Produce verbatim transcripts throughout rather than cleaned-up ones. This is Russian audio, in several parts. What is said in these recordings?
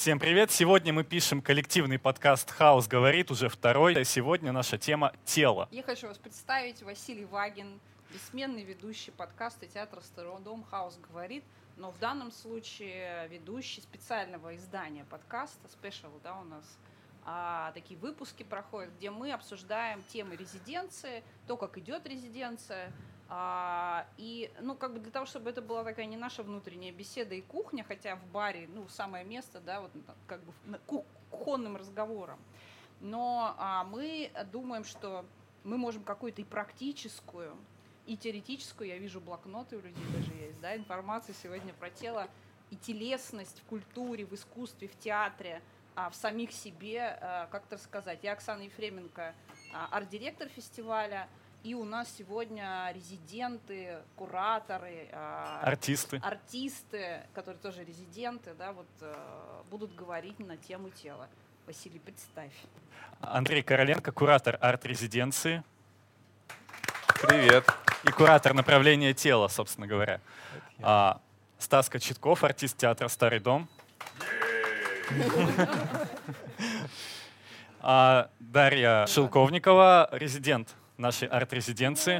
Всем привет! Сегодня мы пишем коллективный подкаст «Хаус говорит», уже второй. Сегодня наша тема «Тело». Я хочу вас представить. Василий Вагин, бессменный ведущий подкаста театра «Стародом» «Хаус говорит», но в данном случае ведущий специального издания подкаста, спешл, да, у нас а, такие выпуски проходят, где мы обсуждаем темы резиденции, то, как идет резиденция. А, и, ну, как бы для того, чтобы это была такая не наша внутренняя беседа и кухня, хотя в баре, ну, самое место, да, вот как бы кухонным разговором. Но а, мы думаем, что мы можем какую-то и практическую, и теоретическую, я вижу блокноты у людей даже есть, да, информацию сегодня про тело и телесность в культуре, в искусстве, в театре, а, в самих себе, а, как-то рассказать. Я Оксана Ефременко, а, арт-директор фестиваля. И у нас сегодня резиденты, кураторы, артисты, артисты, которые тоже резиденты, да, вот, будут говорить на тему тела. Василий, представь. Андрей Короленко, куратор арт-резиденции. Привет. И куратор направления тела, собственно говоря. А, Стас Кочетков, артист театра «Старый дом». А, Дарья Шелковникова, резидент нашей арт-резиденции.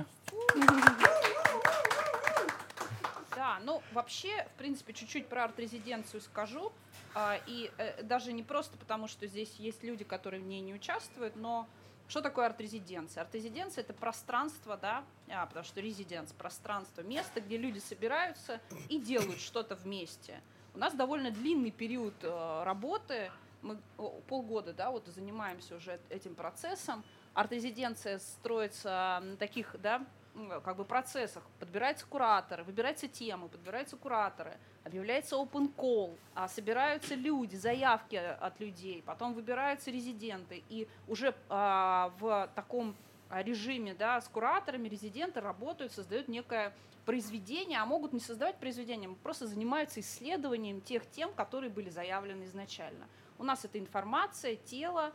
Да, ну вообще, в принципе, чуть-чуть про арт-резиденцию скажу. И даже не просто потому, что здесь есть люди, которые в ней не участвуют, но что такое арт-резиденция? Арт-резиденция — это пространство, да, а, потому что резиденс — пространство, место, где люди собираются и делают что-то вместе. У нас довольно длинный период работы, мы полгода, да, вот занимаемся уже этим процессом. Арт-резиденция строится на таких, да, как бы процессах. Подбираются кураторы, выбираются темы, подбираются кураторы, объявляется open call, а собираются люди, заявки от людей, потом выбираются резиденты. И уже а, в таком режиме, да, с кураторами резиденты работают, создают некое произведение, а могут не создавать произведение, просто занимаются исследованием тех тем, которые были заявлены изначально. У нас это информация, тело,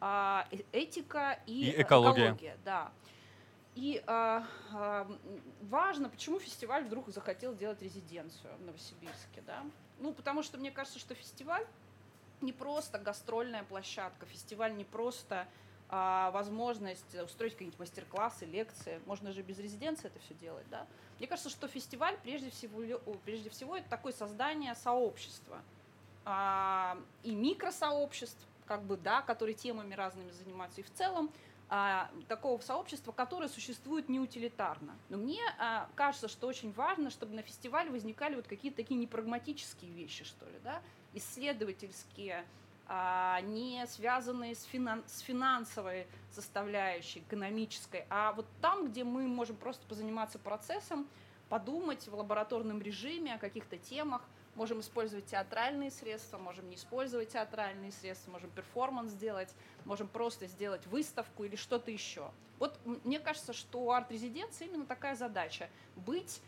этика и, и экология. экология, да. И а, а, важно, почему фестиваль вдруг захотел делать резиденцию в Новосибирске, да? Ну, потому что мне кажется, что фестиваль не просто гастрольная площадка, фестиваль не просто а, возможность устроить какие-нибудь мастер-классы, лекции, можно же без резиденции это все делать, да? Мне кажется, что фестиваль прежде всего, прежде всего это такое создание сообщества а, и микросообществ, как бы, да, которые темами разными занимаются, и в целом а, такого сообщества, которое существует не утилитарно. Но мне а, кажется, что очень важно, чтобы на фестивале возникали вот какие-то такие непрагматические вещи, что ли, да, исследовательские, а, не связанные с, финан- с финансовой составляющей, экономической, а вот там, где мы можем просто позаниматься процессом, подумать в лабораторном режиме о каких-то темах. Можем использовать театральные средства, можем не использовать театральные средства, можем перформанс сделать, можем просто сделать выставку или что-то еще. Вот мне кажется, что у арт-резиденции именно такая задача — быть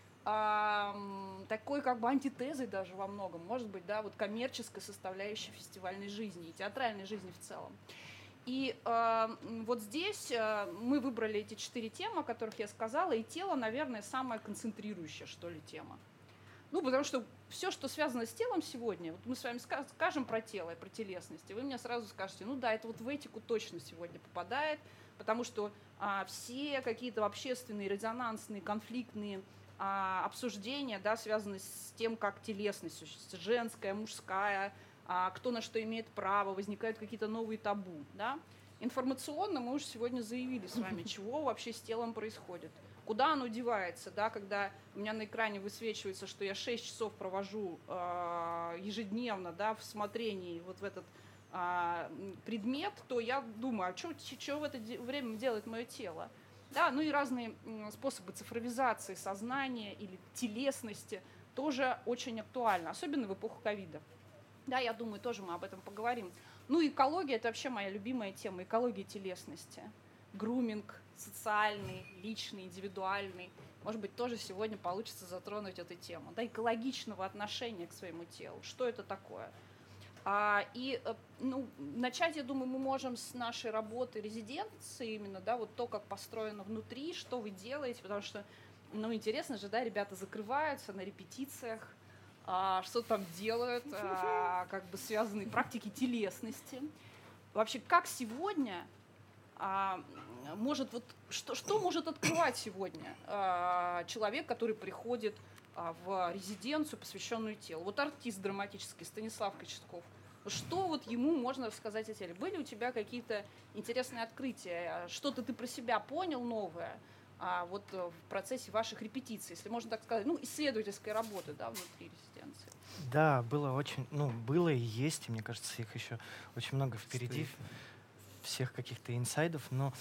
э, такой как бы антитезой даже во многом, может быть, да, вот коммерческой составляющей фестивальной жизни и театральной жизни в целом. И э, вот здесь э, мы выбрали эти четыре темы, о которых я сказала, и тело, наверное, самая концентрирующая, что ли, тема. Ну, потому что все, что связано с телом сегодня, вот мы с вами скажем про тело и про телесность, и вы мне сразу скажете, ну да, это вот в этику точно сегодня попадает, потому что а, все какие-то общественные, резонансные, конфликтные а, обсуждения, да, связаны с тем, как телесность существует, женская, мужская, а, кто на что имеет право, возникают какие-то новые табу, да. Информационно мы уже сегодня заявили с вами, чего вообще с телом происходит. Куда оно девается, да, когда у меня на экране высвечивается, что я шесть часов провожу э, ежедневно, да, в смотрении вот в этот э, предмет, то я думаю, а что в это время делает мое тело? Да, ну и разные э, способы цифровизации сознания или телесности тоже очень актуальны, особенно в эпоху ковида. Да, я думаю, тоже мы об этом поговорим. Ну и экология — это вообще моя любимая тема, экология телесности. Груминг социальный, личный, индивидуальный. Может быть, тоже сегодня получится затронуть эту тему. Да, экологичного отношения к своему телу. Что это такое? А, и ну, начать, я думаю, мы можем с нашей работы резиденции именно, да, вот то, как построено внутри, что вы делаете, потому что, ну, интересно же, да, ребята закрываются на репетициях, а, что там делают, а, как бы связанные практики телесности. Вообще, как сегодня а, может вот что, что может открывать сегодня а, человек, который приходит а, в резиденцию, посвященную телу? Вот артист драматический Станислав Кочетков. Что вот ему можно рассказать о теле? Были у тебя какие-то интересные открытия? Что-то ты про себя понял новое а, вот в процессе ваших репетиций, если можно так сказать, ну, исследовательской работы, да, внутри резиденции? Да, было очень, ну, было и есть, и мне кажется, их еще очень много впереди, Стоит. всех каких-то инсайдов. Но,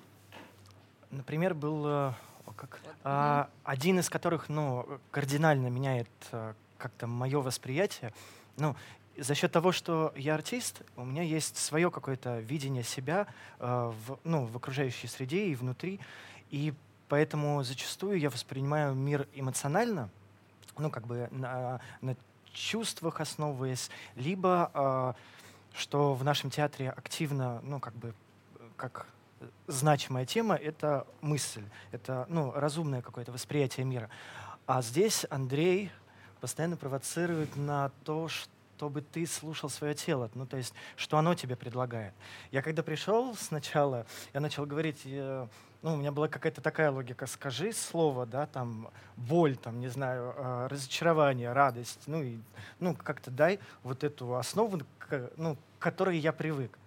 например, был э, о, как, а, один из которых, ну, кардинально меняет а, как-то мое восприятие. Ну, за счет того, что я артист, у меня есть свое какое-то видение себя э, в, ну, в окружающей среде и внутри, и поэтому зачастую я воспринимаю мир эмоционально, ну, как бы на, на чувствах основываясь, либо э, что в нашем театре активно, ну, как бы, как значимая тема — это мысль, это, ну, разумное какое-то восприятие мира. А здесь Андрей постоянно провоцирует на то, что чтобы ты слушал свое тело, ну, то есть, что оно тебе предлагает. Я когда пришел сначала, я начал говорить, э, ну, у меня была какая-то такая логика: скажи слово, да, там, боль, там, не знаю, э, разочарование, радость, ну, и, ну, как-то дай вот эту основу, к, ну, к которой я привык.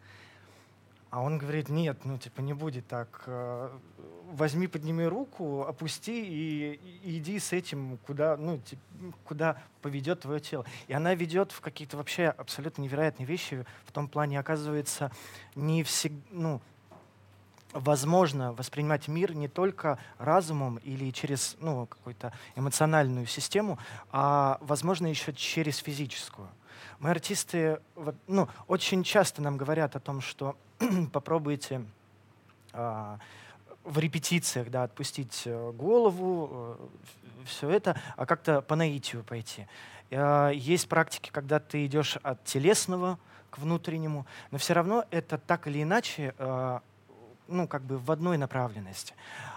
А он говорит: нет, ну, типа, не будет так. э, Возьми, подними руку, опусти и, и иди с этим, куда, ну, тип- куда поведет твое тело. И она ведет в какие-то вообще абсолютно невероятные вещи. В том плане, оказывается, не всегда, ну, возможно воспринимать мир не только разумом или через, ну, какую-то эмоциональную систему, а возможно еще через физическую. Мы, артисты, вот, ну, очень часто нам говорят о том, что попробуйте а, в репетициях, да, отпустить э, голову, все это, а как-то по наитию пойти. А, есть практики, когда ты идешь от телесного к внутреннему, но все равно это так или иначе, а, ну, как бы в одной направленности.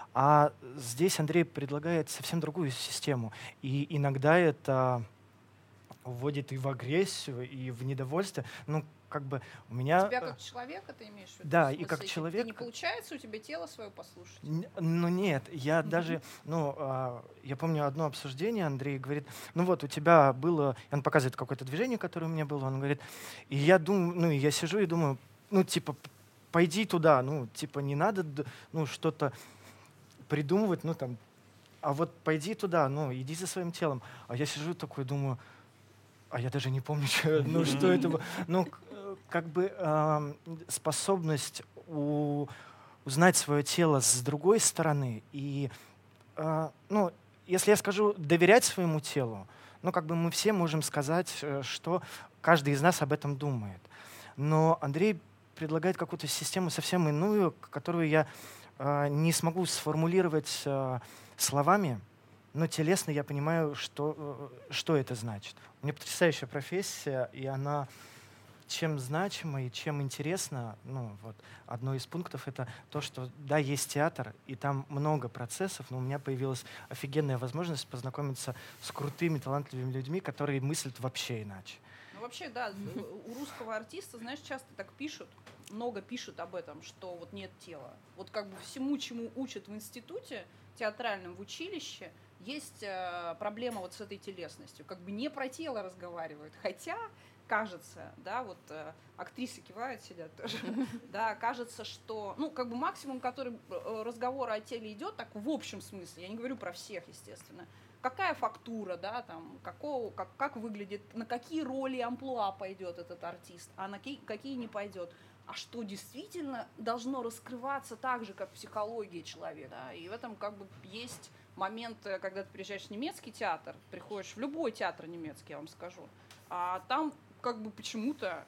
А здесь Андрей предлагает совсем другую систему. И иногда это вводит и в агрессию, и в недовольство. Ну, как бы у меня... Тебя как человека ты имеешь в виду? Да, В и смысле, как ты- человек- Не получается у тебя тело свое послушать? Н- Ну нет, я даже, ну, а, я помню одно обсуждение, Андрей говорит: ну вот, у тебя было, и он показывает какое-то движение, которое у меня было, он говорит, и я думаю, ну, и я сижу и думаю, ну, типа, п- пойди туда, ну, типа, не надо, д- ну, что-то придумывать, ну, там, а вот пойди туда, ну, иди за своим телом. А я сижу такой, думаю, а я даже не помню, чё- ну, что это было. Ну, к- э, как бы ам, способность у узнать свое тело с другой стороны. И, а, ну, если я скажу доверять своему телу, ну, как бы мы все можем сказать, э, что каждый из нас об этом думает. Но Андрей предлагает какую-то систему совсем иную, к- которую я а, не смогу сформулировать а, словами, но телесно я понимаю, что, э, что это значит. У меня потрясающая профессия, и она чем значима и чем интересна, ну, вот, одно из пунктов — это то, что, да, есть театр, и там много процессов, но у меня появилась офигенная возможность познакомиться с крутыми, талантливыми людьми, которые мыслят вообще иначе. Ну, вообще, да, у русского артиста, знаешь, часто так пишут, много пишут об этом, что вот нет тела. Вот как бы всему, чему учат в институте театральном, в училище, есть э, проблема вот с этой телесностью. Как бы не про тело разговаривают, хотя кажется, да, вот э, актрисы кивают, сидят тоже, да, кажется, что, ну, как бы максимум, который э, разговора о теле идет, так в общем смысле, я не говорю про всех, естественно, какая фактура, да, там, какого, как, как выглядит, на какие роли и амплуа пойдет этот артист, а на какие, какие не пойдет. А что действительно должно раскрываться так же, как психология человека. Да? И в этом как бы есть момент, когда ты приезжаешь в немецкий театр, приходишь в любой театр немецкий, я вам скажу, а там как бы почему-то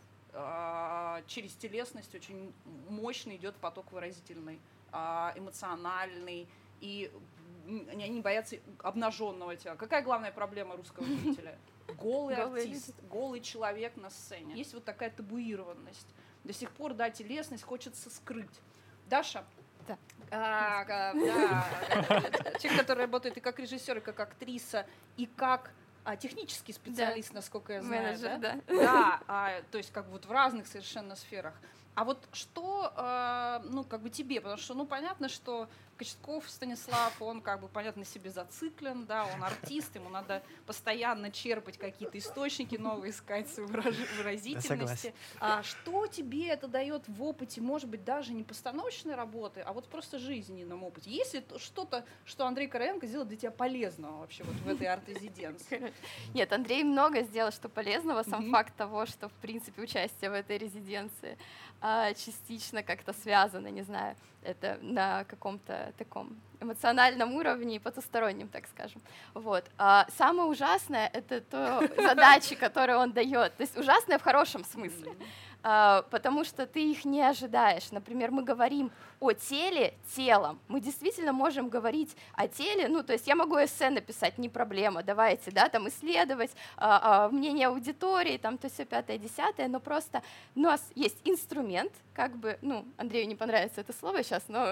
а, через телесность очень мощно идет поток выразительный, а, эмоциональный, и они боятся обнаженного тела. Какая главная проблема русского зрителя? Голый артист, голый человек на сцене. Есть вот такая табуированность. До сих пор, да, телесность хочется скрыть. Даша? Да. А, да, человек, который работает и как режиссер, и как актриса, и как а, технический специалист, да. насколько я знаю. Менеджер, да? да. Да, а, то есть как бы вот в разных совершенно сферах. А вот что, э, ну, как бы тебе, потому что, ну, понятно, что Кочетков Станислав, он, как бы, понятно, себе зациклен, да, он артист, ему надо постоянно черпать какие-то источники новые, искать свою выразительности. А что тебе это дает в опыте, может быть, даже не постановочной работы, а вот просто жизненном опыте? Есть ли что-то, что Андрей Короленко сделал для тебя полезного вообще вот в этой арт-резиденции? Нет, Андрей много сделал, что полезного. Сам mm-hmm. факт того, что, в принципе, участие в этой резиденции а, частично как-то связано, не знаю, это на каком-то таком эмоциональном уровне и потустороннем, так скажем. Вот. А самое ужасное — это то задачи, которые он дает. То есть ужасное в хорошем смысле. Mm-hmm. Uh, потому что ты их не ожидаешь. Например, мы говорим о теле телом. Мы действительно можем говорить о теле, ну, то есть я могу эссе написать, не проблема, давайте, да, там исследовать uh, uh, мнение аудитории, там, то все пятое, десятое, но просто у нас есть инструмент, как бы, ну, Андрею не понравится это слово сейчас, но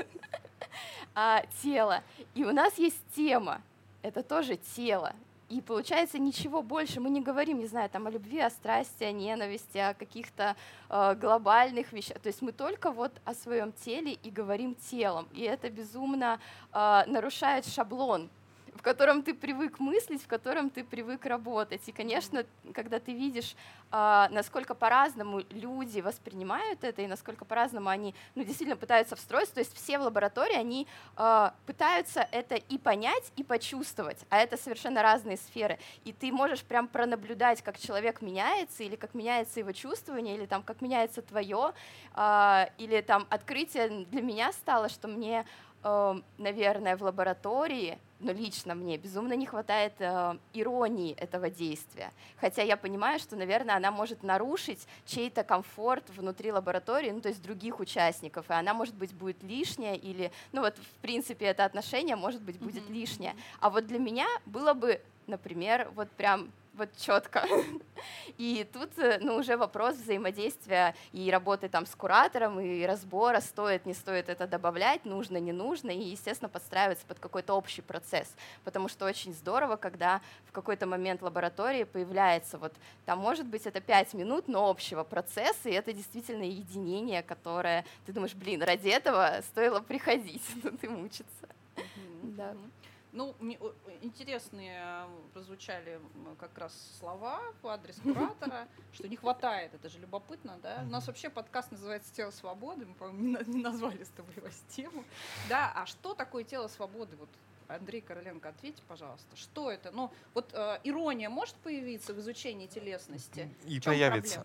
uh, тело. И у нас есть тема, это тоже тело. И получается, ничего больше мы не говорим, не знаю, там, о любви, о страсти, о ненависти, о каких-то э, глобальных вещах. То есть мы только вот о своем теле и говорим телом. И это безумно э, нарушает шаблон, в котором ты привык мыслить, в котором ты привык работать. И, конечно, когда ты видишь, э, насколько по-разному люди воспринимают это, и насколько по-разному они, ну, действительно пытаются встроиться, то есть все в лаборатории, они э, пытаются это и понять, и почувствовать, а это совершенно разные сферы. И ты можешь прям пронаблюдать, как человек меняется, или как меняется его чувствование, или там, как меняется твое, э, или там открытие для меня стало, что мне, э, наверное, в лаборатории, но лично мне безумно не хватает э, иронии этого действия. Хотя я понимаю, что, наверное, она может нарушить чей-то комфорт внутри лаборатории, ну, то есть других участников, и она, может быть, будет лишняя, или, ну, вот, в принципе, это отношение, может быть, будет mm-hmm. лишнее. А вот для меня было бы, например, вот прям вот четко. И тут, ну, уже вопрос взаимодействия и работы там с куратором, и разбора, стоит, не стоит это добавлять, нужно, не нужно, и, естественно, подстраиваться под какой-то общий процесс. Потому что очень здорово, когда в какой-то момент лаборатории появляется вот, там, может быть, это пять минут, но общего процесса, и это действительно единение, которое, ты думаешь, блин, ради этого стоило приходить, тут и мучиться. Да. Ну, интересные прозвучали как раз слова в адрес куратора, что не хватает, это же любопытно, да? У нас вообще подкаст называется «Тело свободы», мы, по-моему, не назвали с тобой вас тему. Да, а что такое тело свободы? Вот, Андрей Короленко, ответьте, пожалуйста, что это? Ну, вот э, ирония может появиться в изучении телесности? И появится.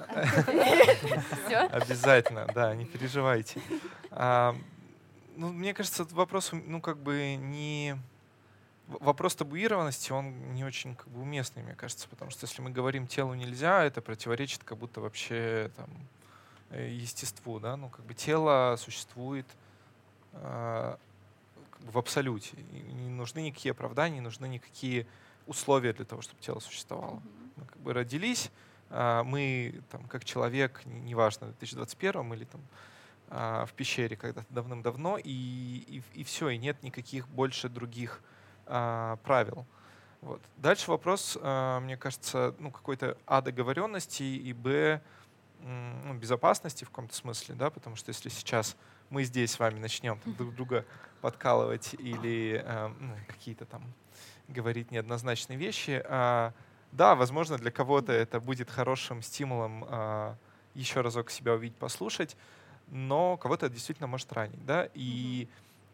Обязательно, да, не переживайте. Ну, мне кажется, этот вопрос, ну, как бы не... Вопрос табуированности, он не очень как бы уместный, мне кажется, потому что если мы говорим «телу нельзя», это противоречит как будто вообще там, естеству, да, ну, как бы тело существует э, как бы в абсолюте, и не нужны никакие оправдания, не нужны никакие условия для того, чтобы тело существовало. Mm-hmm. Мы как бы родились, э, мы там, как человек, неважно, в две тысячи двадцать первом или там э, в пещере когда-то давным-давно, и, и, и все, и нет никаких больше других правил. Вот. Дальше вопрос, мне кажется, ну, какой-то а договоренности и б ну, безопасности в каком-то смысле, да, потому что если сейчас мы здесь с вами начнем там, друг друга подкалывать или ну, какие-то там говорить неоднозначные вещи, да, возможно, для кого-то это будет хорошим стимулом еще разок себя увидеть, послушать, но кого-то это действительно может ранить, да, и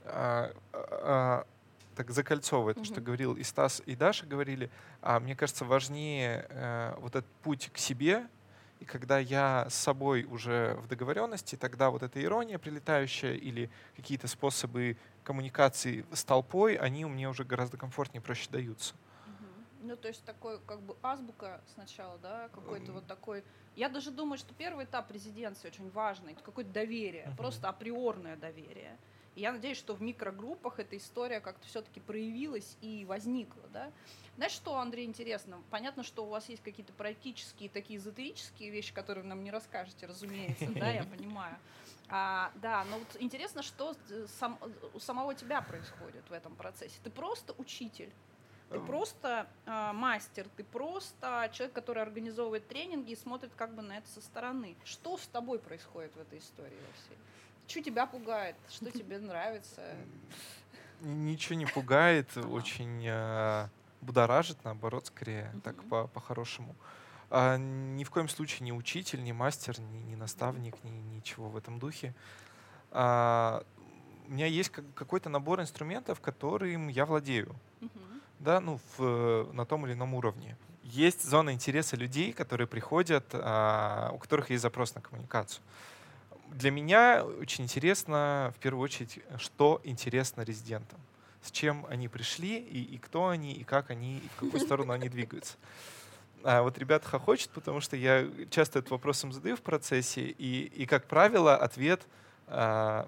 так закольцовывает то, mm-hmm. что говорил и Стас, и Даша говорили, а мне кажется, важнее э, вот этот путь к себе, и когда я с собой уже в договоренности, тогда вот эта ирония прилетающая или какие-то способы коммуникации с толпой, они мне уже гораздо комфортнее и проще даются. Mm-hmm. Ну, то есть такой как бы азбука сначала, да, какой-то mm-hmm. вот такой... Я даже думаю, что первый этап резиденции очень важный, это какое-то доверие, mm-hmm. просто априорное доверие. И я надеюсь, что в микрогруппах эта история как-то все-таки проявилась и возникла. Да? Знаешь, что, Андрей, интересно? Понятно, что у вас есть какие-то практические, такие эзотерические вещи, которые вы нам не расскажете, разумеется, да, я понимаю. А, да, но вот интересно, что сам, у самого тебя происходит в этом процессе. Ты просто учитель. Ты просто э, мастер, ты просто человек, который организовывает тренинги и смотрит как бы на это со стороны. Что с тобой происходит в этой истории во всей? Что тебя пугает? Что тебе нравится? Ничего не пугает, очень э, будоражит, наоборот, скорее, так по- по-хорошему. А, ни в коем случае не учитель, не мастер, не, не наставник, ни, ничего в этом духе. А, у меня есть как- какой-то набор инструментов, которым я владею, Мгм. да, ну, в, на том или ином уровне. Есть зона интереса людей, которые приходят, а, у которых есть запрос на коммуникацию. Для меня очень интересно, в первую очередь, что интересно резидентам, с чем они пришли, и, и кто они, и как они, и в какую сторону они двигаются. А вот ребята хохочут, потому что я часто этот вопрос им задаю в процессе, и, и как правило, ответ а,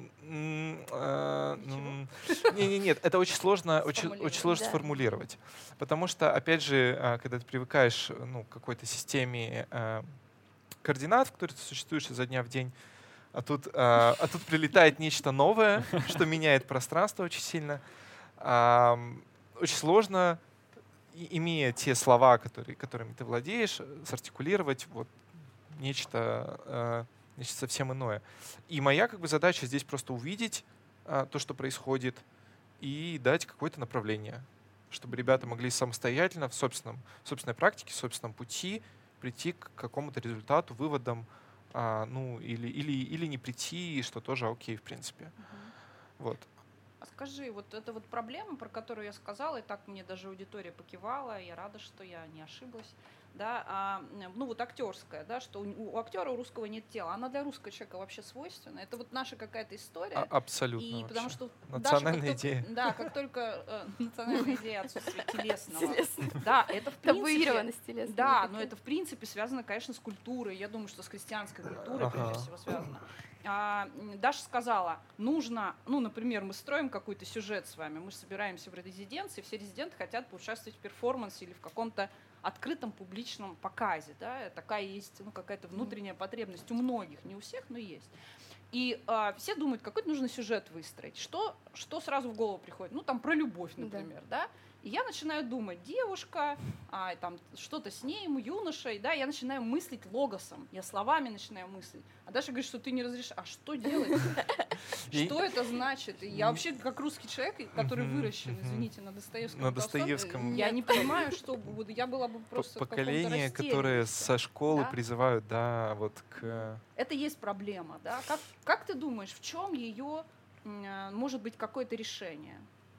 м, а, м, не, не, нет, это очень сложно, очень, очень сложно Да. сформулировать, потому что, опять же, а, когда ты привыкаешь, ну, к какой-то системе а, координат, в которой ты существуешь изо дня в день, а тут, а, а тут прилетает нечто новое, что меняет пространство очень сильно. А, очень сложно, и- имея те слова, которые, которыми ты владеешь, сартикулировать вот нечто, а, нечто совсем иное. И моя как бы задача здесь просто увидеть а, то, что происходит, и дать какое-то направление, чтобы ребята могли самостоятельно в собственном, в собственной практике, в собственном пути прийти к какому-то результату, выводам, а, ну, или, или, или не прийти, что тоже окей, в принципе. Мгм. Вот. А скажи, вот эта вот проблема, про которую я сказала, и так мне даже аудитория покивала, я рада, что я не ошиблась, да, а, ну вот актерская, да, что у, у актера у русского нет тела, она для русского человека вообще свойственна. Это вот наша какая-то история. А- абсолютно. И вообще. потому что Национальная Даша, как идея. Только, да, как только э, национальная идея отсутствия телесного. Телесно. Да, это в принципе. Табуированность телесная. Да, но это в принципе связано, конечно, с культурой. Я думаю, что с христианской культурой Ага. прежде всего связано. А, м, Даша сказала, нужно, ну, например, мы строим какой-то сюжет с вами, мы собираемся в резиденции, все резиденты хотят поучаствовать в перформансе или в каком-то открытом публичном показе, да, такая есть, ну, какая-то внутренняя потребность у многих, не у всех, но есть. И а, все думают, какой нужно сюжет выстроить. Что, что сразу в голову приходит? Ну, там про любовь, например, да. И я начинаю думать, девушка, а, там что-то с ней, юношей, да, я начинаю мыслить логосом, я словами начинаю мыслить. А Даша говорит, что ты не разрешаешь. А что делать? И- Что это значит? И я вообще, как русский человек, который Мгм, выращен, мгм. извините, на Достоевском. На и Толстом, Достоевском. Я не понимаю, что буду. Я была бы П- просто в каком-то Поколение, которое растерянности. со школы Да. призывают, да, вот к... Это есть проблема, да? Как, как ты думаешь, в чем ее может быть какое-то решение?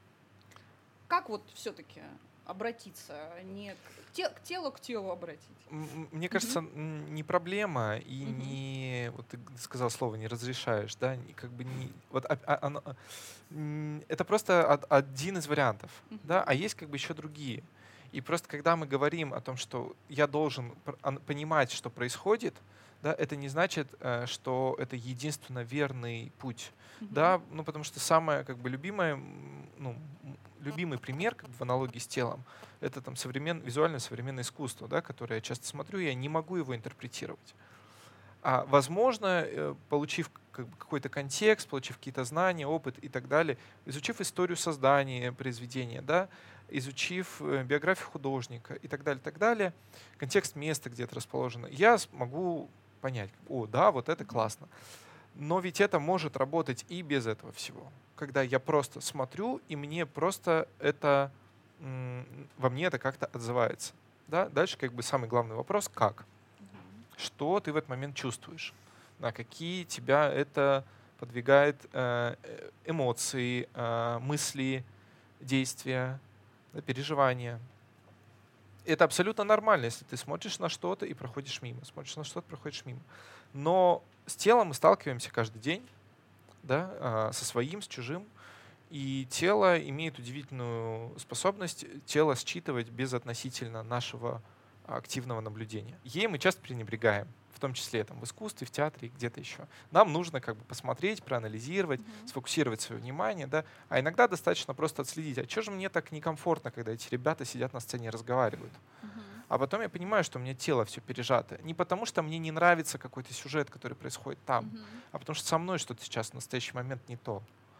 Как вот все-таки обратиться, не к, те- к телу к телу обратить? М, м, Мне кажется, м, не проблема и Мгм. не, вот ты сказал слово, не разрешаешь, да, не- как бы не, вот а- а- оно, а, м, это просто од- один из вариантов, да, Мгм. а есть как бы еще другие. И просто когда мы говорим о том, что я должен пр- ан- понимать, что происходит, да, это не значит, э, что это единственно верный путь, Мгм. да, ну потому что самое как бы любимое, м, ну, м, любимый пример как бы в аналогии с телом, это там современ, визуальное современное искусство, да, которое я часто смотрю, я не могу его интерпретировать. А возможно, э, получив как бы какой-то контекст, получив какие-то знания, опыт и так далее, изучив историю создания произведения, да, изучив э, биографию художника и так далее, так далее, контекст места, где это расположено, я смогу понять, о, да, вот это классно. Но ведь это может работать и без этого всего. Когда я просто смотрю, и мне просто это, м, во мне это как-то отзывается. Да? Дальше как бы самый главный вопрос, как? Мгм. Что ты в этот момент чувствуешь? На какие тебя это подвигает э, э, эмоции, э, мысли, действия, да, переживания. Это абсолютно нормально, если ты смотришь на что-то и проходишь мимо, смотришь на что-то, проходишь мимо. Но с телом мы сталкиваемся каждый день, да, а, со своим, с чужим. И тело имеет удивительную способность тело считывать безотносительно нашего активного наблюдения. Ей мы часто пренебрегаем, в том числе там, в искусстве, в театре, где-то еще. Нам нужно как бы посмотреть, проанализировать, Мгм. сфокусировать свое внимание, да, а иногда достаточно просто отследить, а что же мне так некомфортно, когда эти ребята сидят на сцене и разговаривают. Мгм. А потом я понимаю, что у меня тело все пережато. Не потому, что мне не нравится какой-то сюжет, который происходит там, Мгм. а потому что со мной что-то сейчас в настоящий момент не то.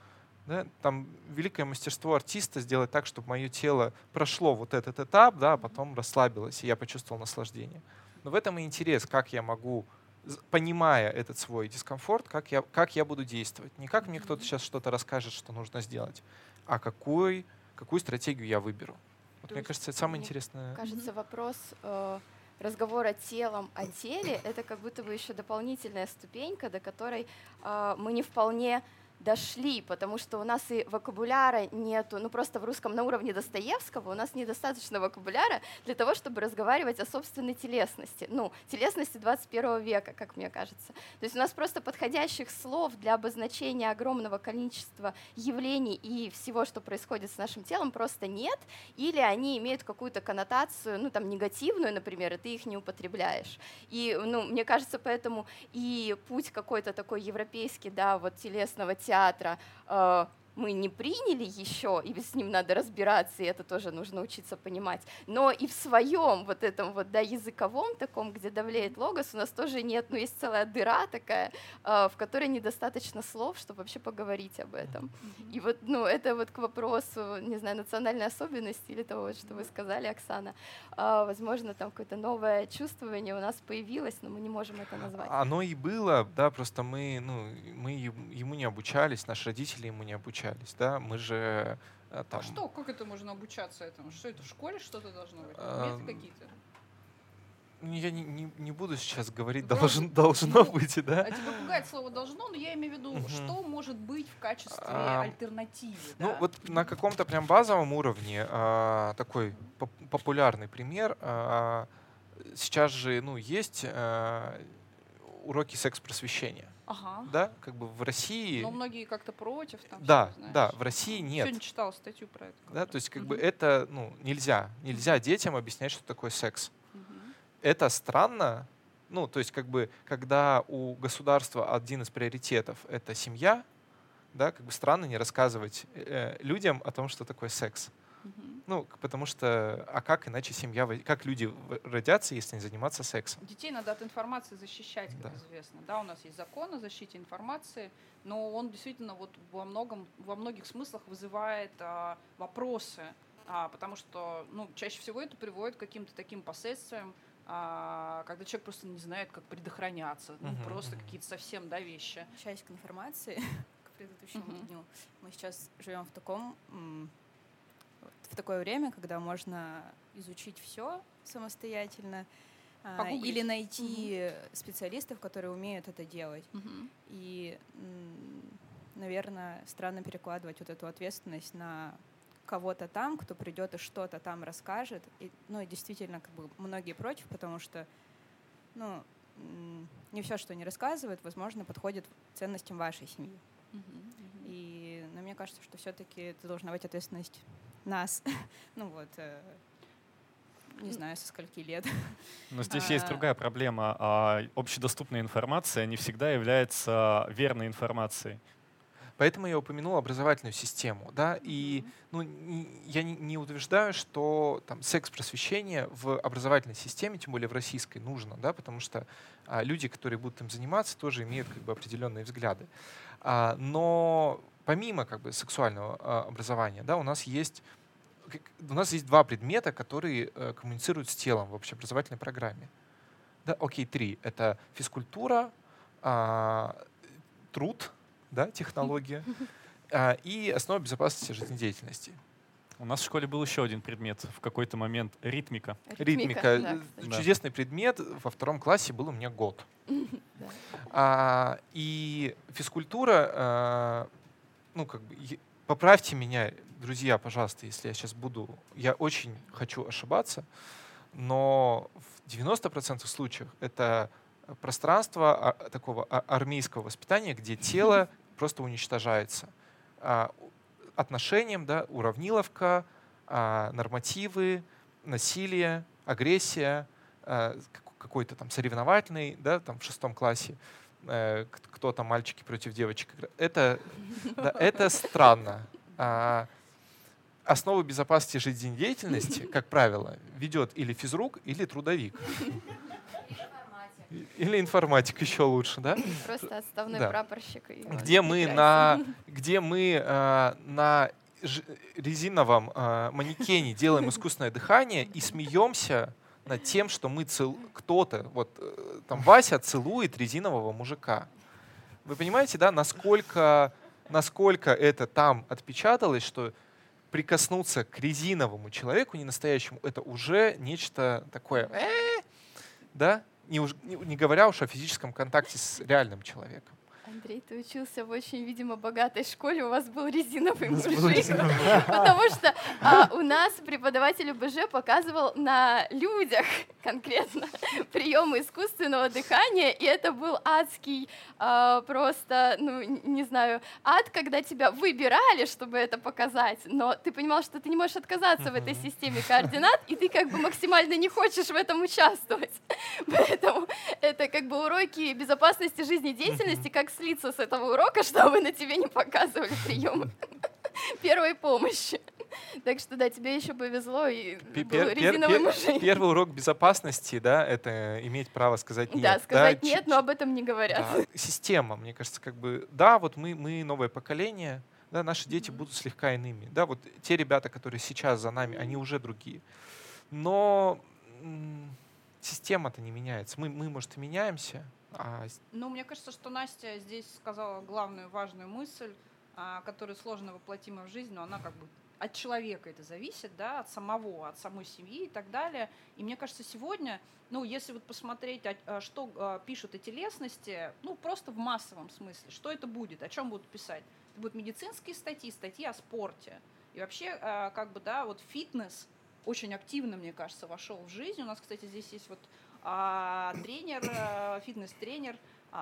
Да? Там великое мастерство артиста сделать так, чтобы мое тело прошло вот этот этап, да, а потом расслабилось, и я почувствовал наслаждение. Но в этом и интерес, как я могу, понимая этот свой дискомфорт, как я, как я буду действовать. Не как мне кто-то сейчас что-то расскажет, что нужно сделать, а какой, какую стратегию я выберу. Вот, мне кажется, это самое мне интересное. Кажется, вопрос э, разговора телом о теле — это как будто бы еще дополнительная ступенька, до которой э, мы не вполне дошли, потому что у нас и вокабуляра нету, ну просто в русском на уровне Достоевского у нас недостаточно вокабуляра для того, чтобы разговаривать о собственной телесности, ну, телесности двадцать первого века, как мне кажется. То есть у нас просто подходящих слов для обозначения огромного количества явлений и всего, что происходит с нашим телом, просто нет, или они имеют какую-то коннотацию, ну, там, негативную, например, и ты их не употребляешь. И, ну, мне кажется, поэтому и путь какой-то такой европейский, да, вот телесного театра, театра э, мы не приняли еще, и с ним надо разбираться, и это тоже нужно учиться понимать. Но и в своем вот этом вот, да, языковом таком, где давлеет логос, у нас тоже нет, ну, есть целая дыра такая, э, в которой недостаточно слов, чтобы вообще поговорить об этом. Mm-hmm. И вот, ну, это вот к вопросу, не знаю, национальной особенности или того, что вы сказали, Оксана. Э, возможно, там какое-то новое чувствование у нас появилось, но мы не можем это назвать. Оно и было, да, просто мы, ну, мы ему не обучались, наши родители ему не обучались. Да? Мы же там... А что? Как это можно обучаться этому? Что это, в школе что-то должно быть? Предметы какие-то? Я не, не, не буду сейчас говорить, должен, должно ну, быть, да? А тебя пугает слово «должно», но я имею в виду, угу. что может быть в качестве а, альтернативы? Ну, да? вот на каком-то прям базовом уровне а, такой поп популярный пример. А, сейчас же, ну, есть а, уроки секс-просвещения. Ага. Да, как бы в России. Но многие как-то против. Там, да, все, да, в России нет. Сегодня читала статью про это. Да, то есть как бы это, ну, нельзя, нельзя детям объяснять, что такое секс. Угу. Это странно, ну, то есть как бы когда у государства один из приоритетов это семья, да, как бы странно не рассказывать э, людям о том, что такое секс. Угу. Ну, потому что, а как иначе семья, как люди родятся, если не заниматься сексом? Детей надо от информации защищать, как да. известно. Да, у нас есть закон о защите информации, но он действительно вот во многом, во многих смыслах вызывает а, вопросы, а, потому что, ну, чаще всего это приводит к каким-то таким последствиям, а, когда человек просто не знает, как предохраняться, ну, Uh-huh, просто uh-huh. какие-то совсем, да, вещи. Возвращаясь к информации, к предыдущему Uh-huh. дню, мы сейчас живем в таком в такое время, когда можно изучить все самостоятельно а, или найти угу. специалистов, которые умеют это делать. Угу. И, наверное, странно перекладывать вот эту ответственность на кого-то там, кто придет и что-то там расскажет. И, ну и действительно, как бы многие против, потому что, ну, не все, что они рассказывают, возможно, подходит ценностям вашей семьи. Угу. Угу. И, но мне кажется, что все-таки это должна быть ответственность нас, ну вот, э, не знаю, со скольки лет. Но здесь есть другая проблема. А, общедоступная информация не всегда является верной информацией. Поэтому я упомянул образовательную систему, да, и ну, не, я не, не утверждаю, что там секс-просвещение в образовательной системе, тем более в российской, нужно, да, потому что а, люди, которые будут им заниматься, тоже имеют как бы определенные взгляды. А, но помимо как бы сексуального а, образования, да, у нас есть у нас есть два предмета, которые а, коммуницируют с телом в общеобразовательной программе. Да, окей, три. Это физкультура, а, труд, да, технология а, и основа безопасности жизнедеятельности. У нас в школе был еще один предмет в какой-то момент — ритмика. Ритмика. Да, Чудесный да. предмет. Во втором классе был у меня год. Да. А, и физкультура, а, ну как бы, поправьте меня, друзья, пожалуйста, если я сейчас буду, я очень хочу ошибаться, но в девяноста процентах случаев это пространство а, такого а, армейского воспитания, где тело просто уничтожается. А, отношениям, да, уравниловка, а, нормативы, насилие, агрессия, а, какой-то там соревновательный, да, там в шестом классе, а, кто там мальчики против девочек. Это, да, это странно. А, основу безопасности жизнедеятельности, как правило, ведет или физрук, или трудовик. Или информатик еще лучше, да? Просто отставной Да. прапорщик. и Где мы играть. на, где мы э, на ж- резиновом э, манекене делаем искусственное дыхание и смеемся над тем, что мы цел... кто-то, вот э, там Вася целует резинового мужика. Вы понимаете, да, насколько, насколько это там отпечаталось, что прикоснуться к резиновому человеку, не настоящему, это уже нечто такое, «э-э», да? Не, уж- не- не говоря уж о физическом контакте с реальным человеком. Андрей, ты учился в очень, видимо, богатой школе, у вас был резиновый У нас был мужик. резиновый мужик. Потому что а, у нас преподаватель ОБЖ показывал на людях конкретно приемы искусственного дыхания, и это был адский а, просто, ну, н- не знаю, ад, когда тебя выбирали, чтобы это показать, но ты понимал, что ты не можешь отказаться в этой системе координат, и ты как бы максимально не хочешь в этом участвовать. Поэтому это как бы уроки безопасности жизнедеятельности, как слиться с этого урока, чтобы на тебе не показывали приемы первой помощи. Так что да, тебе еще повезло, и Пе- был пер- пер- резиновый пер- мужик. Первый урок безопасности, да, это иметь право сказать нет. Да, сказать да, нет, ч- но об этом не говорят. да. Система, мне кажется, как бы, да, вот мы, мы новое поколение, да, наши дети Мгм. будут слегка иными, да, вот те ребята, которые сейчас за нами, они уже другие. Но м, система-то не меняется. Мы, мы, может, и меняемся, а с- Ну, мне кажется, что Настя здесь сказала главную важную мысль, а, которая сложно воплотима в жизнь, но она как бы от человека это зависит, да, от самого, от самой семьи и так далее. И мне кажется, сегодня, ну, если вот посмотреть, а- а что а, пишут эти лестности, ну, просто в массовом смысле, что это будет, о чем будут писать? Это будут медицинские статьи, статьи о спорте. И вообще, а, как бы, да, вот фитнес очень активно, мне кажется, вошел в жизнь. У нас, кстати, здесь есть вот а, тренер, а, фитнес-тренер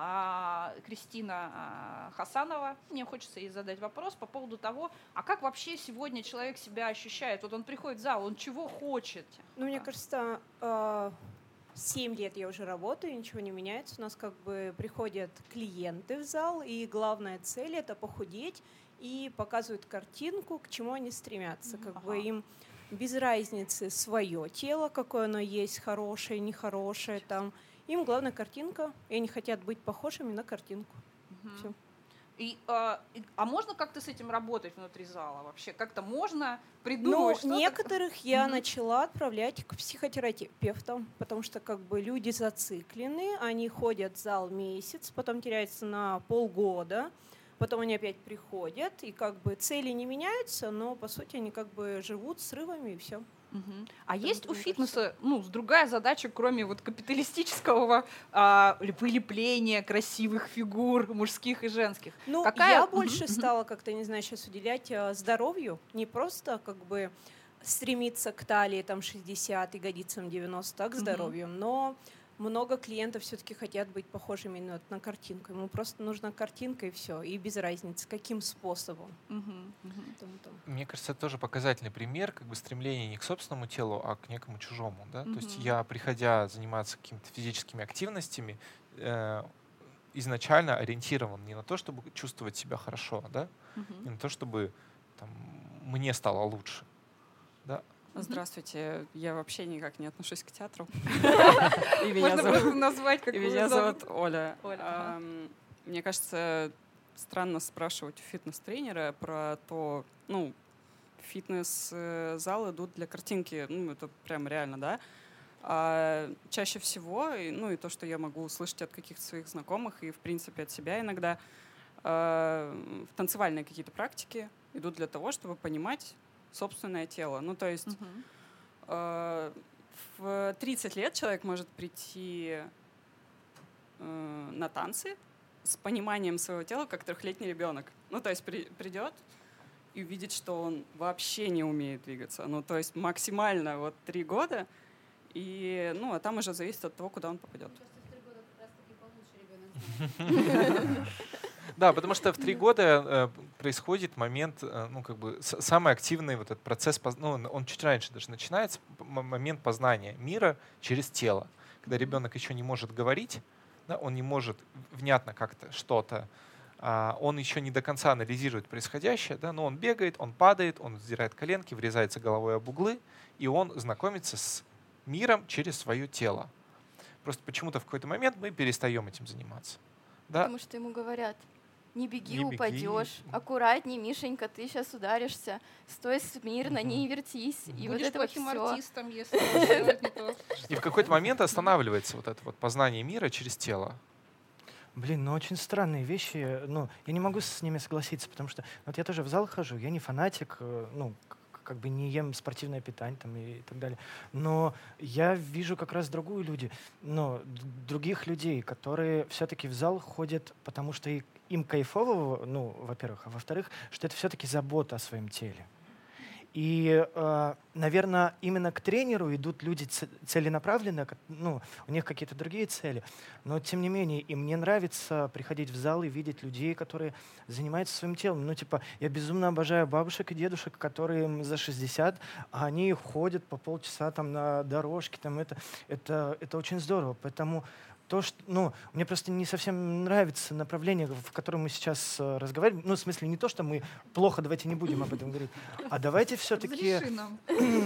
а, Кристина а, Хасанова. Мне хочется ей задать вопрос по поводу того, а как вообще сегодня человек себя ощущает? Вот он приходит в зал, он чего хочет? Ну, мне А, кажется, э, семь лет я уже работаю, ничего не меняется. У нас как бы приходят клиенты в зал, и главная цель — это похудеть, и показывают картинку, к чему они стремятся. Как бы Ага. им без разницы свое тело, какое оно есть, хорошее, нехорошее. Там. Им главная картинка, и они хотят быть похожими на картинку. Мгм. Всё. И, а, и- а можно как-то с этим работать внутри зала вообще? Как-то можно Ну, придумать что-то? некоторых я Мгм. начала отправлять к психотерапевтам, потому что как бы люди зациклены, они ходят в зал месяц, потом теряются на полгода, потом они опять приходят, и как бы цели не меняются, но по сути они как бы живут срывами и все. Мгм. А Потому есть что, у мне фитнеса ну, другая задача, кроме вот капиталистического а, вылепления красивых фигур, мужских и женских? Ну, Какая- я Мгм, больше мгм. стала как-то, не знаю, сейчас уделять э, здоровью, не просто как бы стремиться к талии там шестьдесят, ягодицам девяносто, а к Мгм. здоровью, но много клиентов все-таки хотят быть похожими на, на картинку. Ему просто нужна картинка и все, и без разницы, каким способом. Мгм, мгм. Там-там. мне кажется, это тоже показательный пример, как бы стремление не к собственному телу, а к некому чужому, да. То есть Мгм. я, приходя заниматься какими-то физическими активностями, э, изначально ориентирован не на то, чтобы чувствовать себя хорошо, да, не Мгм. на то, чтобы там, мне стало лучше. Здравствуйте, я вообще никак не отношусь к театру. И меня Можно зовут- просто назвать, как и вы меня зовут. зовут Оля. Оля, ага. Ам, Мне кажется, странно спрашивать у фитнес-тренера про то, ну, фитнес-зал идут для картинки, ну, это прям реально, да. А чаще всего, и, ну, и то, что я могу услышать от каких-то своих знакомых и, в принципе, от себя иногда, а, танцевальные какие-то практики идут для того, чтобы понимать собственное тело. Ну, то есть Мгм. э, в тридцать лет человек может прийти э, на танцы с пониманием своего тела, как трехлетний ребенок. Ну, то есть при- придет и увидит, что он вообще не умеет двигаться. Ну, то есть максимально вот три года, и, ну, а там уже зависит от того, куда он попадет. Да, потому что в три года э, происходит момент, э, ну, как бы, с- самый активный вот этот процесс, поз- ну, он- он чуть раньше даже начинается, п- м- момент познания мира через тело. Когда ребенок еще не может говорить, да, он не может внятно как-то что-то, а, он еще не до конца анализирует происходящее, да, но он бегает, он падает, он сдирает коленки, врезается головой об углы, и он знакомится с миром через свое тело. Просто почему-то в какой-то момент мы перестаем этим заниматься. Да? Потому что ему говорят, не беги, Не беги. упадешь, аккуратней, Мишенька, ты сейчас ударишься, стой смирно, Мгм. не вертись. И вот Будешь это вот плохим всё. артистом, если будешь делать не то. И в какой-то момент останавливается вот это вот познание мира через тело. Блин, ну очень странные вещи. Ну, я не могу с ними согласиться, потому что вот я тоже в зал хожу, я не фанатик, э, ну, к- как бы не ем спортивное питание там и так далее. Но я вижу как раз другую люди, ну, д- других людей, которые все-таки в зал ходят, потому что и- им кайфово, ну, во-первых, а во-вторых, что это все-таки забота о своем теле. И, э, наверное, именно к тренеру идут люди ц- целенаправленно, ко- ну, у них какие-то другие цели. Но, тем не менее, и мне нравится приходить в зал и видеть людей, которые занимаются своим телом. Ну, типа, я безумно обожаю бабушек и дедушек, которые им за шестьдесят, а они ходят по полчаса там на дорожке. Там, это, это, это очень здорово. Поэтому то, что, ну, мне просто не совсем нравится направление, в котором мы сейчас э, разговариваем. Ну, в смысле, не то, что мы плохо, давайте не будем об этом говорить, а давайте все-таки... Разреши нам.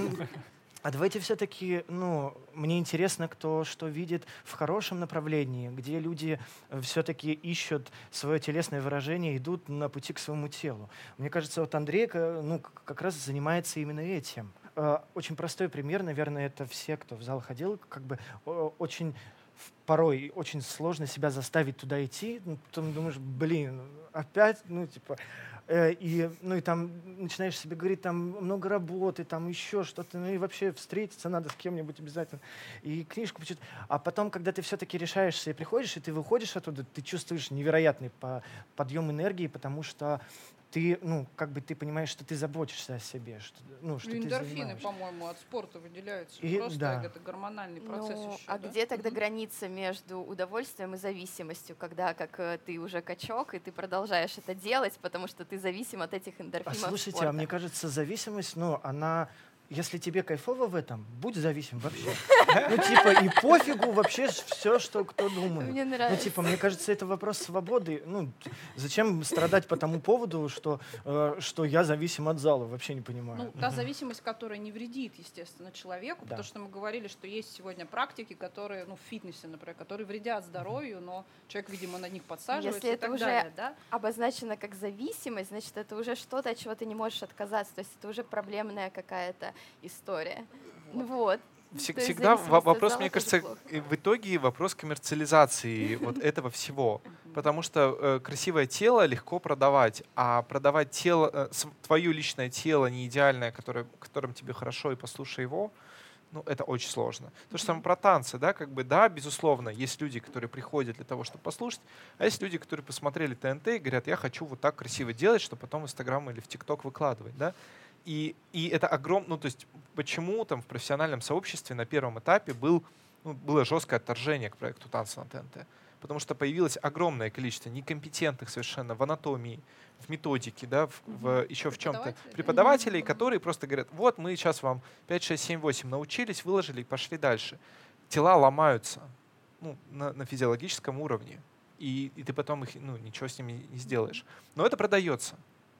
А давайте все-таки, ну, мне интересно, кто что видит в хорошем направлении, где люди все-таки ищут свое телесное выражение, идут на пути к своему телу. Мне кажется, вот Андрей, ка- ну, к- как раз занимается именно этим. Э, Очень простой пример, наверное, это все, кто в зал ходил, как бы о- очень в- порой очень сложно себя заставить туда идти, ну, потом думаешь, блин, опять, ну, типа, э, и, ну, и там начинаешь себе говорить, там много работы, там еще что-то, ну, и вообще встретиться надо с кем-нибудь обязательно, и книжку почитать. А потом, когда ты все-таки решаешься и приходишь, и ты выходишь оттуда, ты чувствуешь невероятный по- подъем энергии, потому что ты, ну, как бы ты понимаешь, что ты заботишься о себе, что, ну, что ты Эндорфины, занимаешься. по-моему, от спорта выделяются. И- Просто да. это гормональный процесс Ну, еще. а да? где тогда Мгм. граница между удовольствием и зависимостью, когда как э, ты уже качок, и ты продолжаешь это делать, потому что ты зависим от этих А эндорфинов слушайте, спорта? а мне кажется, зависимость, ну, она, если тебе кайфово в этом, будь зависим вообще. Ну, типа, и пофигу вообще все, что кто думает. Мне Ну, нравится. типа, мне кажется, это вопрос свободы. Ну, т- зачем страдать по тому поводу, что, э, что я зависим от зала? Вообще не понимаю. Ну, та зависимость, которая не вредит, естественно, человеку, Да. потому что мы говорили, что есть сегодня практики, которые, ну, в фитнесе, например, которые вредят здоровью, но человек, видимо, на них подсаживается Если и это так уже далее, да? обозначено как зависимость, значит, это уже что-то, от чего ты не можешь отказаться. То есть это уже проблемная какая-то история. Ну вот. Всег- То есть Всегда зависимость во- от вопрос, зала мне тоже кажется, плохо. и в итоге вопрос коммерциализации вот этого всего. Потому что э, красивое тело легко продавать, а продавать тело, э, св- твое личное тело, не идеальное, которое, которым тебе хорошо, и послушай его, ну, это очень сложно. То же самое про танцы, да, как бы, да, безусловно, есть люди, которые приходят для того, чтобы послушать, а есть люди, которые посмотрели ТНТ и говорят, я хочу вот так красиво делать, чтобы потом в Инстаграм или в ТикТок выкладывать, да. И, и это огромное, ну, то есть почему там в профессиональном сообществе на первом этапе был, ну, было жесткое отторжение к проекту танца на ТНТ? Потому что появилось огромное количество некомпетентных совершенно в анатомии, в методике, да, в, в- еще в чем-то Преподавателей, да? преподавателей, Мгм. которые просто говорят, вот мы сейчас вам пять, шесть, семь, восемь научились, выложили и пошли дальше. Тела ломаются, ну, на, на физиологическом уровне, и, и ты потом их, ну, ничего с ними не сделаешь. Но это продается.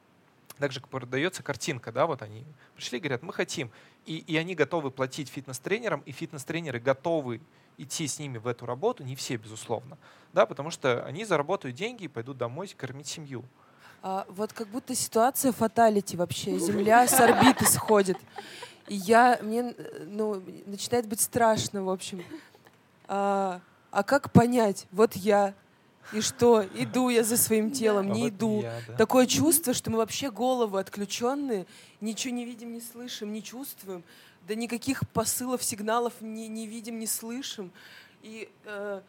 Так же, как продается картинка, да, вот они пришли, говорят, мы хотим, и, и они готовы платить фитнес-тренерам, и фитнес-тренеры готовы идти с ними в эту работу, не все, безусловно, да, потому что они заработают деньги и пойдут домой кормить семью. А, вот как будто ситуация фаталити вообще. Земля с орбиты сходит. И я, мне, э, ну, начинает быть страшно, в общем. А, а как понять? Вот я. И что? Иду я за своим телом, А не вот иду. я, да. Такое чувство, что мы вообще головы отключенные, ничего не видим, не слышим, не чувствуем. Да никаких посылов, сигналов не, не видим, не слышим. И э,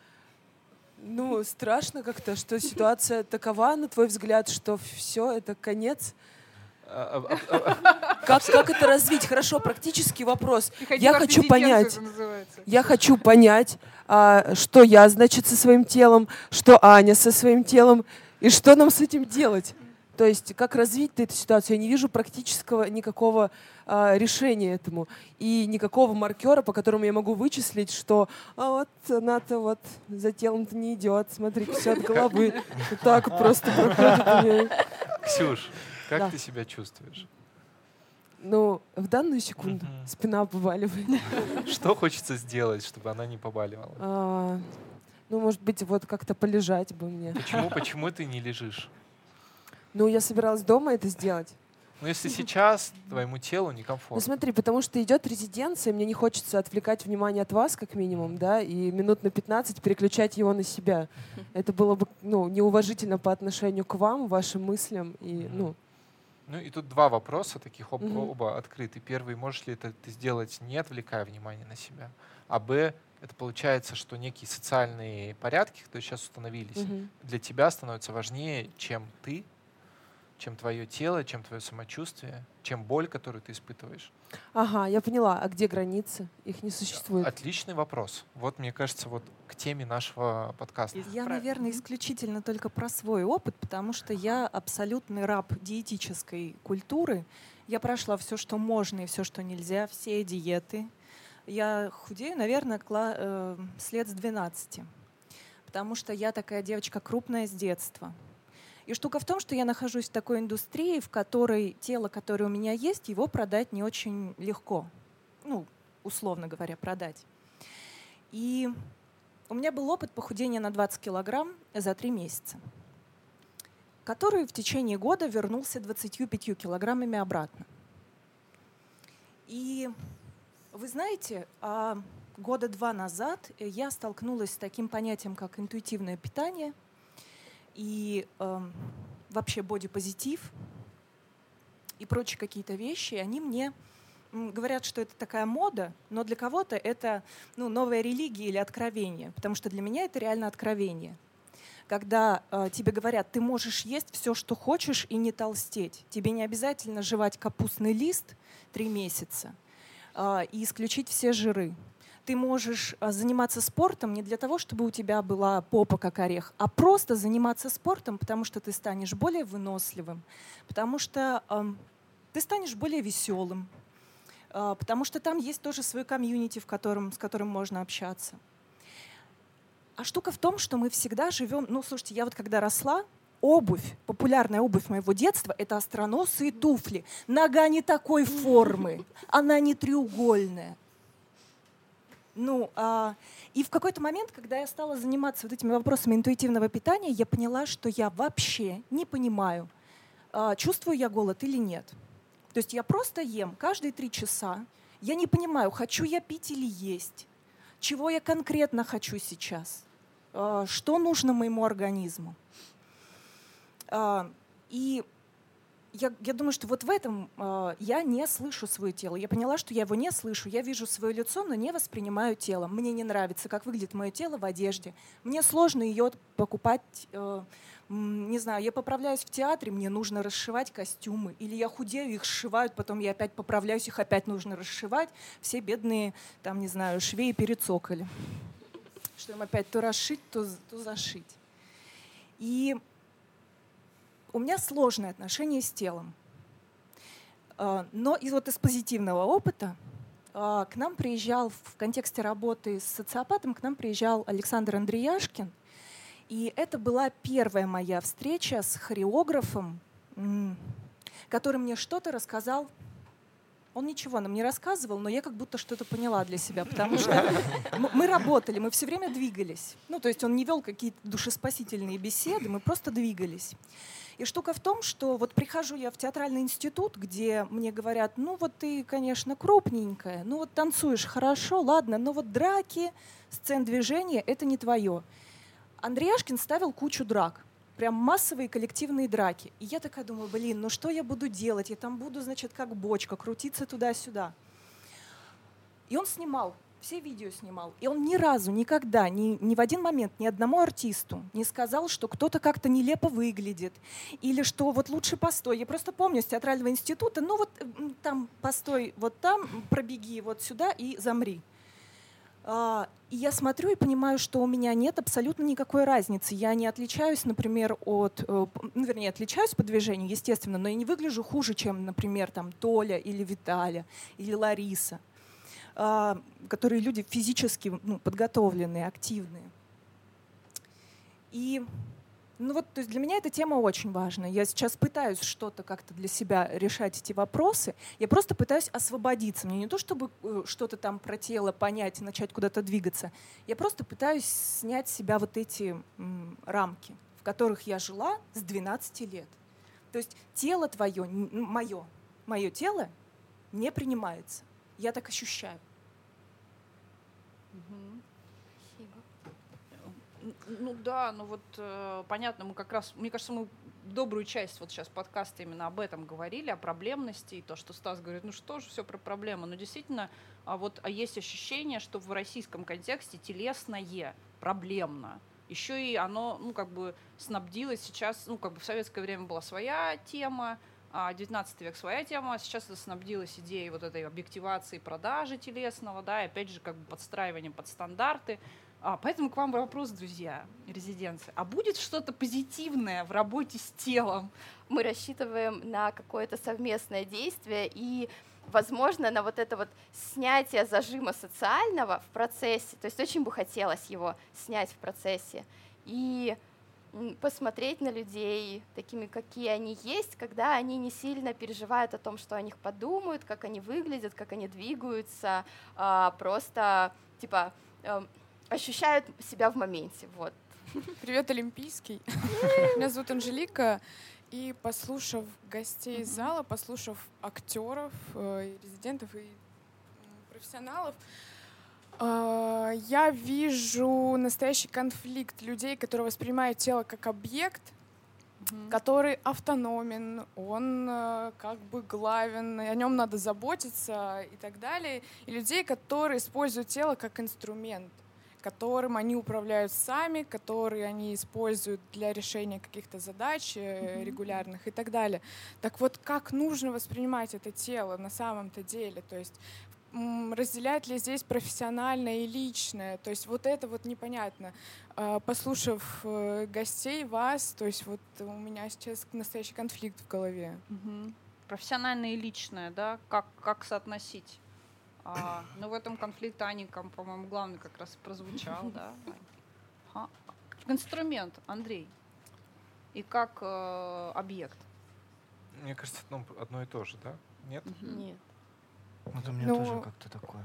ну, страшно как-то, что ситуация такова, на твой взгляд, что все, это конец. А, а, а, а, Как, как это развить? Хорошо, практический вопрос. Приходи Я в хочу артезиденцию, понять. это называется. Я хочу понять, а, что я, значит, со своим телом, что Аня со своим телом, и что нам с этим делать. То есть как развить эту ситуацию? Я не вижу практического никакого а, решения этому. И никакого маркера, по которому я могу вычислить, что а вот она-то вот за телом-то не идет, смотрите, все от головы. Вот так вот просто проходит у нее. Ксюш, как Да. ты себя чувствуешь? Ну, в данную секунду Мгм. спина побаливает. Что хочется сделать, чтобы она не побаливала? А, Ну, может быть, вот как-то полежать бы мне. Почему, почему ты не лежишь? Ну, я собиралась дома это сделать. Ну, если сейчас твоему телу Ну, некомфортно. смотри, потому что идет резиденция, мне не хочется отвлекать внимание от вас, как минимум, да, и минут на пятнадцать переключать его на себя. Это было бы, ну, неуважительно по отношению к вам, вашим мыслям и, ну, Ну и тут два вопроса, таких об- Мгм. оба открыты. Первый, можешь ли это ты сделать, не отвлекая внимание на себя? А Б, это получается, что некие социальные порядки, которые сейчас установились, мгм. для тебя становятся важнее, чем ты, чем твое тело, чем твое самочувствие, чем боль, которую ты испытываешь. Ага, я поняла. А где границы? Их не существует. Отличный вопрос. Вот, мне кажется, вот к теме нашего подкаста. Я, наверное, исключительно только про свой опыт, потому что я абсолютный раб диетической культуры. Я прошла все, что можно и все, что нельзя, все диеты. Я худею, наверное, кла- э, с лет с двенадцати, потому что я такая девочка крупная с детства. И штука в том, что я нахожусь в такой индустрии, в которой тело, которое у меня есть, его продать не очень легко. Ну, условно говоря, продать. И у меня был опыт похудения на двадцать килограмм за три месяца, который в течение года вернулся двадцатью пятью килограммами обратно. И вы знаете, а, года два назад я столкнулась с таким понятием, как интуитивное питание и э, вообще бодипозитив и прочие какие-то вещи. И они мне м, говорят, что это такая мода, но для кого-то это, ну, новая религия или откровение, потому что для меня это реально откровение. Когда э, тебе говорят, ты можешь есть все, что хочешь, и не толстеть. Тебе не обязательно жевать капустный лист три месяца э, и исключить все жиры. Ты можешь э, заниматься спортом не для того, чтобы у тебя была попа как орех, а просто заниматься спортом, потому что ты станешь более выносливым, потому что э, ты станешь более веселым, э, потому что там есть тоже свой комьюнити, в котором, с которым можно общаться. А штука в том, что мы всегда живем... Ну, слушайте, я вот когда росла, обувь, популярная обувь моего детства — это остроносые туфли. Нога не такой формы, она не треугольная. Ну, а, и в какой-то момент, когда я стала заниматься вот этими вопросами интуитивного питания, я поняла, что я вообще не понимаю, а, чувствую я голод или нет. То есть я просто ем каждые три часа. Я не понимаю, хочу я пить или есть, чего я конкретно хочу сейчас, а, что нужно моему организму. А, и Я, я думаю, что вот в этом э, я не слышу свое тело. Я поняла, что я его не слышу. Я вижу свое лицо, но не воспринимаю тело. Мне не нравится, как выглядит мое тело в одежде. Мне сложно ее покупать. Э, не знаю, я поправляюсь в театре, мне нужно расшивать костюмы. Или я худею, их сшивают, потом я опять поправляюсь, их опять нужно расшивать. Все бедные, там, не знаю, швеи перецокали. Что им опять то расшить, то, то зашить. И у меня сложное отношение с телом. Но из, вот из позитивного опыта к нам приезжал в контексте работы с социопатом, к нам приезжал Александр Андреяшкин. И это была первая моя встреча с хореографом, который мне что-то рассказал. Он ничего нам не рассказывал, но я как будто что-то поняла для себя, потому что мы работали, мы все время двигались. Ну, то есть он не вел какие-то душеспасительные беседы, мы просто двигались. И штука в том, что вот прихожу я в театральный институт, где мне говорят, ну вот ты, конечно, крупненькая, ну вот танцуешь хорошо, ладно, но вот драки, сцен движения — это не твое. Андреяшкин ставил кучу драк, прям массовые коллективные драки. И я такая думаю, блин, ну что я буду делать? Я там буду, значит, как бочка, крутиться туда-сюда. И он снимал. Все видео снимал. И он ни разу, никогда, ни, ни в один момент ни одному артисту не сказал, что кто-то как-то нелепо выглядит. Или что вот лучше постой. Я просто помню с театрального института, ну вот там постой вот там, пробеги вот сюда и замри. А, и я смотрю и понимаю, что у меня нет абсолютно никакой разницы. Я не отличаюсь, например, от... Ну, вернее, отличаюсь по движению, естественно, но я не выгляжу хуже, чем, например, там Толя или Виталя или Лариса, которые люди физически, ну, подготовленные, активные. И Ну вот, то есть для меня эта тема очень важна. Я сейчас пытаюсь что-то как-то для себя решать эти вопросы. Я просто пытаюсь освободиться. Мне не то, чтобы э, что-то там про тело понять и начать куда-то двигаться. Я просто пытаюсь снять с себя вот эти м, рамки, в которых я жила с двенадцати лет. То есть тело твое, мое, мое тело не принимается. Я так ощущаю. Мгм. Спасибо. Ну да, ну вот э, понятно, мы как раз, мне кажется, мы добрую часть вот сейчас подкаста именно об этом говорили, о проблемности, и то, что Стас говорит, ну что же все про проблемы, но действительно, а вот а есть ощущение, что в российском контексте телесное проблемно. Еще и оно, ну как бы снабдилось сейчас, ну как бы в советское время была своя тема, а девятнадцатый век своя тема, а сейчас это снабдилось идеей вот этой объективации продажи телесного, да, и опять же как бы подстраиванием под стандарты. А, поэтому к вам вопрос, друзья, резиденции. А будет что-то позитивное в работе с телом? Мы рассчитываем на какое-то совместное действие и, возможно, на вот это вот снятие зажима социального в процессе. То есть очень бы хотелось его снять в процессе и м, посмотреть на людей такими, какие они есть, когда они не сильно переживают о том, что о них подумают, как они выглядят, как они двигаются, а, просто типа эм, ощущают себя в моменте. Вот. Привет, Олимпийский. Меня зовут Анжелика. И послушав гостей из зала, послушав актеров, э, и резидентов и м, профессионалов, э, я вижу настоящий конфликт людей, которые воспринимают тело как объект, Мгм. который автономен, он э, как бы главен, и о нем надо заботиться и так далее. И людей, которые используют тело как инструмент, которым они управляют сами, которые они используют для решения каких-то задач э, регулярных и так далее. Так вот, как нужно воспринимать это тело на самом-то деле? То есть м, разделять ли здесь профессиональное и личное? То есть вот это вот непонятно. А, Послушав э, гостей, вас, то есть вот у меня сейчас настоящий конфликт в голове. Мгм. Профессиональное и личное, да, как, как соотносить? А, ну, в этом конфликт Ани, ком- по-моему, главный как раз прозвучал, да. Ань? Ага. Как инструмент, Андрей, и как э, объект. Мне кажется, ну, одно и то же, да? Нет? Нет. Вот у меня Ну, тоже как-то такое.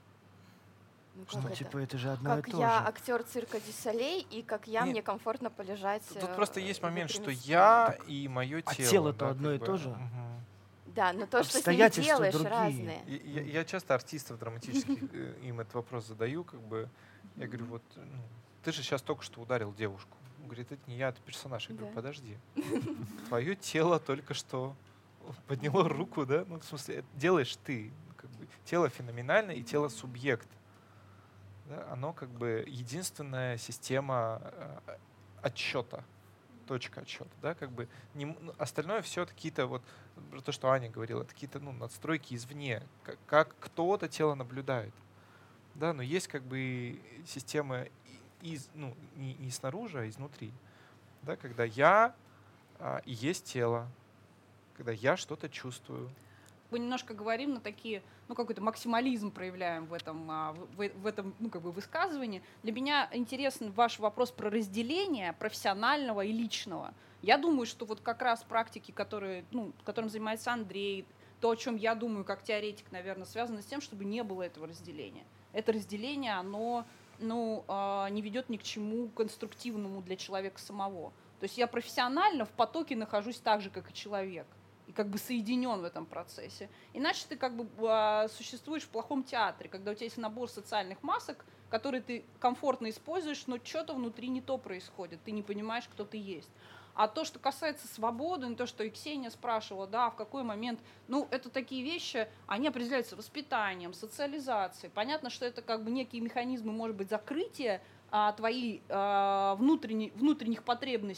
Ну, Что как типа это? это же одно Как и то я же. актер цирка Дю Солей, и как я, Нет. мне комфортно полежать. Тут э, просто есть и момент, что выпрямить я спину. и мое А тело. тело-то да, одно как и бы, то же? мгм. Да, но то, что с ним Обстоятельства делаешь, другие. разные. И Я, я часто артистов драматических э, им этот вопрос задаю, как бы, я говорю, вот, ну, ты же сейчас только что ударил девушку. Он говорит, это не я, это персонаж. Я говорю, Да. подожди, твое тело только что подняло руку, да? Ну, в смысле, это делаешь ты. Как бы, тело феноменально и тело субъект. Да? Оно как бы единственная система э, отсчета, точка отсчета, да, как бы не м- ну, остальное все какие-то вот про то, что Аня говорила, это какие-то ну надстройки извне, как, как кто-то тело наблюдает, да, но есть как бы система и- из ну не, не снаружи, а изнутри, да, когда я а, и есть тело, когда я что-то чувствую. Мы немножко говорим на такие, ну, какой-то максимализм проявляем в этом, а, в, в- в этом, ну, как бы высказывании. Для меня интересен ваш вопрос про разделение профессионального и личного. Я думаю, что вот как раз практики, которые, ну, которым занимается Андрей, то, о чем я думаю как теоретик, наверное, связано с тем, чтобы не было этого разделения. Это разделение, оно, ну, а, не ведет ни к чему конструктивному для человека самого. То есть я профессионально в потоке нахожусь так же, как и человек. И как бы соединен в этом процессе. Иначе ты как бы а, существуешь в плохом театре, когда у тебя есть набор социальных масок, которые ты комфортно используешь, но что-то внутри не то происходит, ты не понимаешь, кто ты есть. А то, что касается свободы, ну, то, что и Ксения спрашивала, да, в какой момент, ну, это такие вещи, они определяются воспитанием, социализацией. Понятно, что это как бы некие механизмы, может быть, закрытия а, твоих а, внутренних, внутренних потребностей,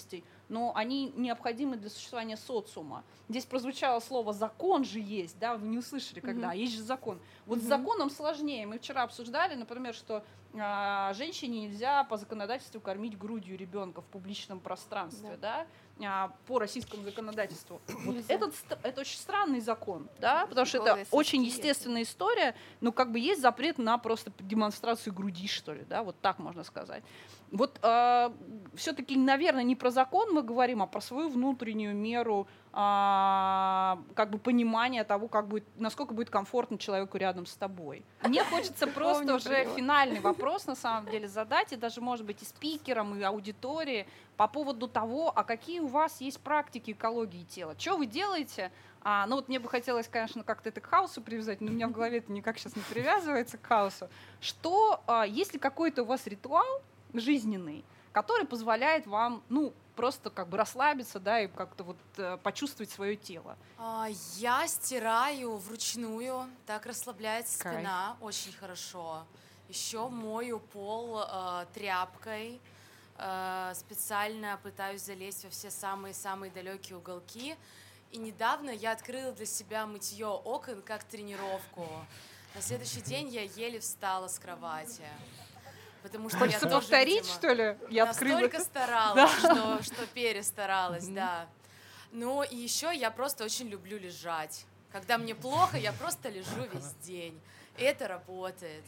но они необходимы для существования социума. Здесь прозвучало слово «закон» же есть, да, вы не услышали когда, Мгм. есть же закон. Вот с Мгм. законом сложнее. Мы вчера обсуждали, например, что а, женщине нельзя по законодательству кормить грудью ребенка в публичном пространстве, да, а, по российскому законодательству. Вот этот, ст- это очень странный закон, да, потому что это Голые очень соски, естественная история, но как бы есть запрет на просто демонстрацию груди, что ли, да, вот так можно сказать. Вот э, все-таки, наверное, не про закон мы говорим, а про свою внутреннюю меру а, как бы понимания того, как будет, насколько будет комфортно человеку рядом с тобой. Мне хочется просто Помню уже про него. финальный вопрос на самом деле задать, и даже, может быть, и спикерам, и аудитории по поводу того, а какие у вас есть практики экологии тела. Что вы делаете? А, ну вот мне бы хотелось, конечно, как-то это к хаосу привязать, но у меня в голове это никак сейчас не привязывается к хаосу. Что, а, есть ли какой-то у вас ритуал жизненный, который позволяет вам, ну, просто как бы расслабиться, да, и как-то вот э, почувствовать свое тело? А, Я стираю вручную, так расслабляется Кайф. спина, очень хорошо. Еще мою пол э, тряпкой, э, специально пытаюсь залезть во все самые-самые далекие уголки. И недавно я открыла для себя мытье окон как тренировку. На следующий день я еле встала с кровати. Потому что Хочется я тоже, повторить, видимо, что ли? Я открыла. настолько старалась, что, что перестаралась, да. Ну и еще я просто очень люблю лежать. Когда мне плохо, я просто лежу весь день. Это работает.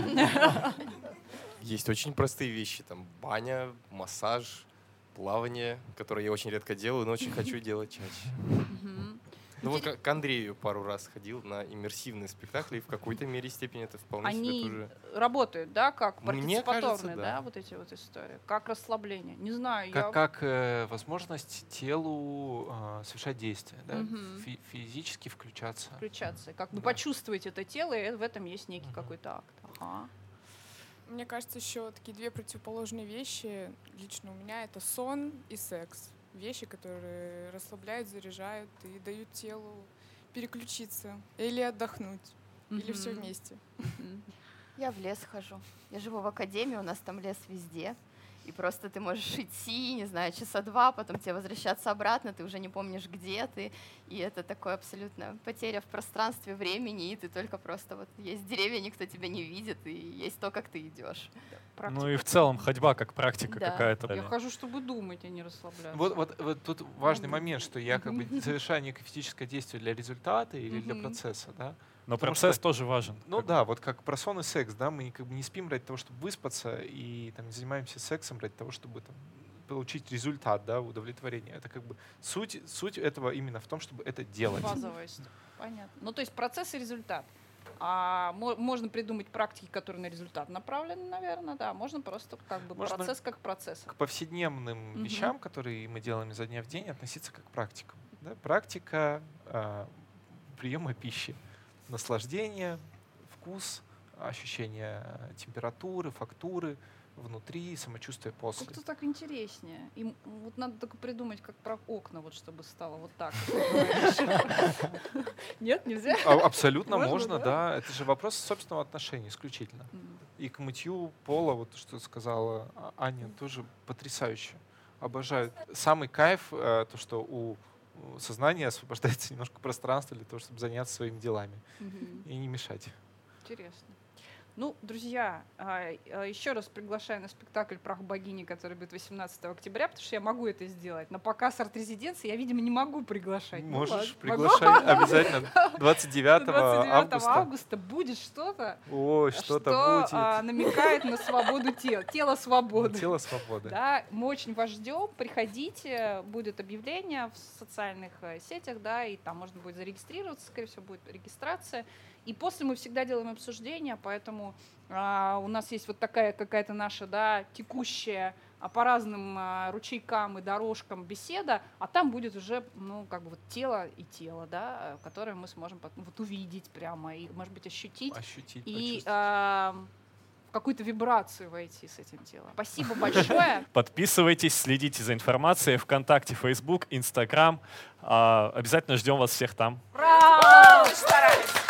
Есть очень простые вещи, там баня, массаж, плавание, которые я очень редко делаю, но очень хочу делать чаще. Ну вот к к Андрею пару раз ходил на иммерсивные спектакли, и в какой-то мере степени это вполне себе Они тоже... работают, да, как Мне партиципаторные, кажется, да. да. вот эти вот истории, как расслабление. Не знаю, Как, я... как э, возможность телу э, совершать действия, да? Мгм. Фи- физически включаться. включаться, как бы Да. почувствовать это тело, и в этом есть некий какой-то акт. Ага. Мне кажется, еще такие две противоположные вещи лично у меня — это сон и секс. Вещи, которые расслабляют, заряжают и дают телу переключиться или отдохнуть, или все Мгм. вместе. Я в лес хожу. Я живу в академии, у нас там лес везде. И просто ты можешь идти, не знаю, часа два, потом тебе возвращаться обратно, ты уже не помнишь, где ты. И это такое абсолютно потеря в пространстве, времени, и ты только просто вот есть деревья, никто тебя не видит, и есть то, как ты идешь. Ну и в целом ходьба как практика Да. какая-то. Я хожу, чтобы думать, а не расслабляться. Вот, вот, вот тут важный момент, что я как бы совершаю некое физическое действие для результата или для Мгм. процесса, да? Но Потому процесс что- тоже важен. Ну да, вот как про сон и секс, да, мы как бы не спим ради того, чтобы выспаться, и там, не занимаемся сексом ради того, чтобы там, получить результат, да, удовлетворение. Это как бы суть, суть этого именно в том, чтобы это делать. Базовость. Понятно. Ну, то есть процесс и результат. А мо- можно придумать практики, которые на результат направлены, наверное, да. Можно просто как бы Можно процесс как процесс. К повседневным Мгм. вещам, которые мы делаем изо дня в день, относиться как к практикам. Да? Практика а, приема пищи, наслаждение, вкус, ощущение температуры, фактуры внутри, самочувствие после. Как-то так интереснее. И м- вот надо только придумать, как про окна, вот чтобы стало вот так. Нет, нельзя? А- Абсолютно Можно, можно, да? да. Это же вопрос собственного отношения исключительно. М. И к мытью пола, вот что сказала А- Аня, тоже потрясающе. Обожаю. Самый кайф, э, то, что у у сознания освобождается немножко пространства для того, чтобы заняться своими делами Мгм. и не мешать. Интересно. Ну, друзья, а, а, еще раз приглашаю на спектакль «Прах богини», который будет восемнадцатого октября, потому что я могу это сделать. На показ арт-резиденции я, видимо, не могу приглашать. Ну Можешь, ладно, приглашай могу. обязательно. двадцать девятого двадцать девятого августа. августа будет что-то, Ой, что-то что будет. а, намекает на свободу тела. Тело свободы. Тело свободы. Да, мы очень вас ждем. Приходите, будет объявление в социальных э, сетях, да, и там можно будет зарегистрироваться, скорее всего, будет регистрация. И после мы всегда делаем обсуждения, поэтому а, у нас есть вот такая какая-то наша, да, текущая а, по разным а, ручейкам и дорожкам беседа, а там будет уже, ну, как бы вот тело и тело, да, которое мы сможем потом вот увидеть прямо и, может быть, ощутить. Ощутить, И почувствовать. а, в какую-то вибрацию войти с этим телом. Спасибо большое. Подписывайтесь, следите за информацией ВКонтакте, Facebook, Инстаграм. А, Обязательно ждем вас всех там. Ура! Очень старались.